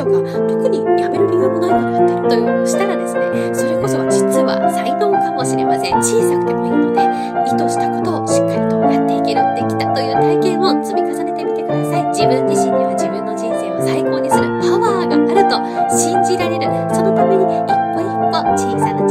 が特にやめる理由もないからやってるというしたらですね、それこそ実は才能かもしれません。小さくてもいいので、意図したことをしっかりとやってできたという体験を積み重ねてみてください。自分自身には自分の人生を最高にするパワーがあると信じられる。そのために一歩一歩小さな